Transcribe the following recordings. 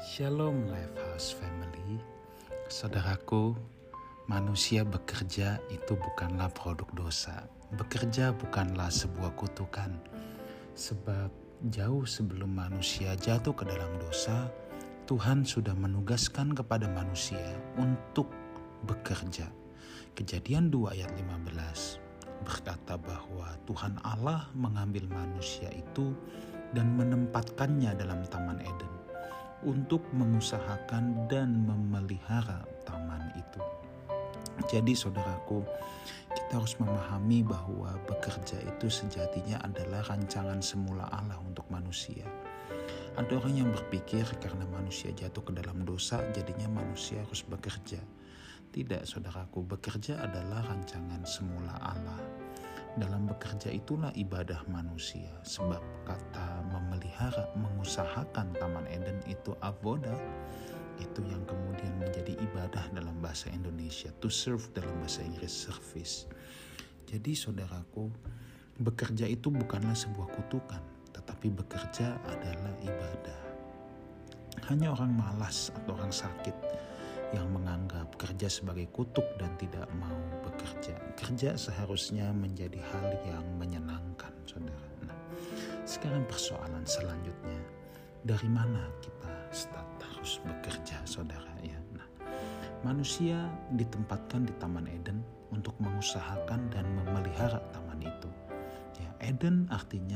Shalom Lifehouse Family. Saudaraku, manusia bekerja itu bukanlah produk dosa. Bekerja bukanlah sebuah kutukan. Sebab jauh sebelum manusia jatuh ke dalam dosa, Tuhan sudah menugaskan kepada manusia untuk bekerja. Kejadian 2 ayat 15 berkata bahwa Tuhan Allah mengambil manusia itu dan menempatkannya dalam Taman Eden untuk mengusahakan dan memelihara taman itu. Jadi saudaraku, kita harus memahami bahwa bekerja itu sejatinya adalah rancangan semula Allah untuk manusia. Ada orang yang berpikir karena manusia jatuh ke dalam dosa, jadinya manusia harus bekerja. Tidak saudaraku, bekerja adalah rancangan semula Allah. Dalam bekerja itulah ibadah manusia, sebab kata memelihara, mengusahakan Taman Eden itu avoda, itu yang kemudian menjadi ibadah dalam bahasa Indonesia, to serve dalam bahasa Inggris service. Jadi saudaraku, bekerja itu bukanlah sebuah kutukan, tetapi bekerja adalah ibadah. Hanya orang malas atau orang sakit yang menganggap kerja sebagai kutuk dan tidak mau bekerja. Kerja seharusnya menjadi hal yang menyenangkan, saudara. Nah, sekarang persoalan selanjutnya, dari mana kita harus bekerja, saudara? Ya, nah, manusia ditempatkan di Taman Eden untuk mengusahakan dan memelihara taman itu. Ya, Eden artinya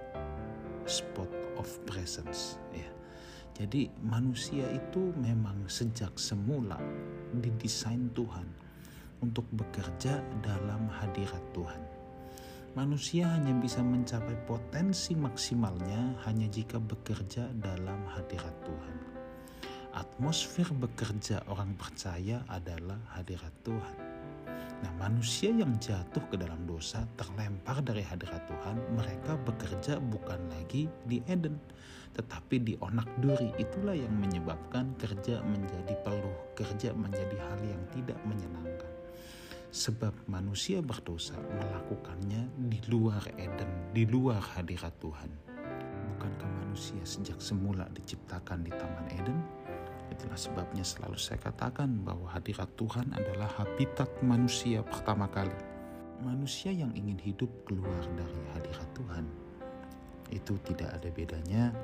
spot of presence, ya. Jadi manusia itu memang sejak semula didesain Tuhan untuk bekerja dalam hadirat Tuhan. Manusia hanya bisa mencapai potensi maksimalnya hanya jika bekerja dalam hadirat Tuhan. Atmosfer bekerja orang percaya adalah hadirat Tuhan. Nah, manusia yang jatuh ke dalam dosa, terlempar dari hadirat Tuhan, mereka bekerja bukan lagi di Eden, tetapi di onak duri. Itulah yang menyebabkan kerja menjadi peluh, kerja menjadi hal yang tidak menyenangkan. Sebab manusia berdosa melakukannya di luar Eden, di luar hadirat Tuhan. Bukankah manusia sejak semula diciptakan di Taman Eden? Itulah sebabnya selalu saya katakan bahwa hadirat Tuhan adalah habitat manusia pertama kali. Manusia yang ingin hidup keluar dari hadirat Tuhan itu tidak ada bedanya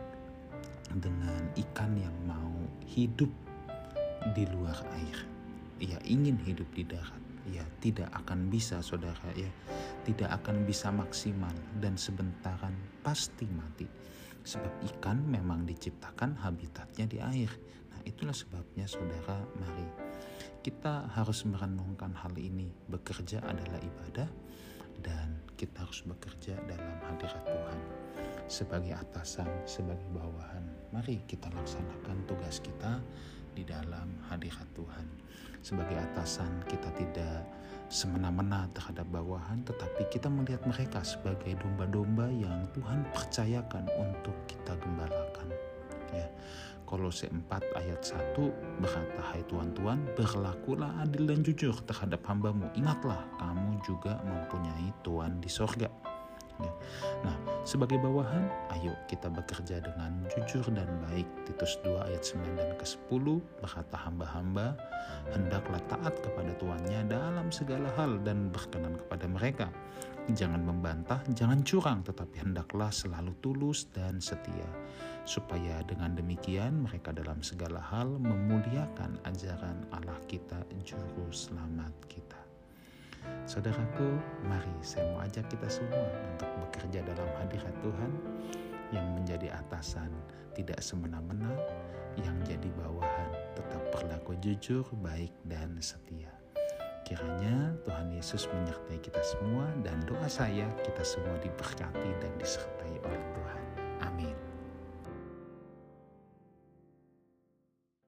dengan ikan yang mau hidup di luar air. Ia ingin hidup di darat. Ya tidak akan bisa, saudara, ya tidak akan bisa maksimal dan sebentaran pasti mati. Sebab ikan memang diciptakan habitatnya di air. Nah, itulah sebabnya saudara, mari kita harus merenungkan hal ini. Bekerja adalah ibadah dan kita harus bekerja dalam hadirat Tuhan. Sebagai atasan, sebagai bawahan, mari kita laksanakan tugas kita di dalam hadirat Tuhan. Sebagai atasan, kita tidak semena-mena terhadap bawahan, tetapi kita melihat mereka sebagai domba-domba yang Tuhan percayakan untuk kita gembalakan. Ya. Kolose 4 ayat 1 berkata, "Hai tuan-tuan, berlakulah adil dan jujur terhadap hambamu. Ingatlah, kamu juga mempunyai Tuhan di sorga." Ya. Nah, sebagai bawahan, ayo kita bekerja dengan jujur dan baik. Titus 2 ayat 9 dan ke-10 berkata, "Hamba-hamba hendaklah taat kepada tuannya dalam segala hal dan berkenan kepada mereka. Jangan membantah, jangan curang, tetapi hendaklah selalu tulus dan setia, supaya dengan demikian mereka dalam segala hal memuliakan ajaran Allah kita, Juru Selamat kita." Saudaraku, mari saya mau ajak kita semua untuk bekerja dalam hadirat Tuhan, yang menjadi atasan tidak semena-mena, yang jadi bawahan tetap berlaku jujur, baik, dan setia. Kiranya Tuhan Yesus menyertai kita semua, dan doa saya kita semua diberkati dan disertai oleh Tuhan.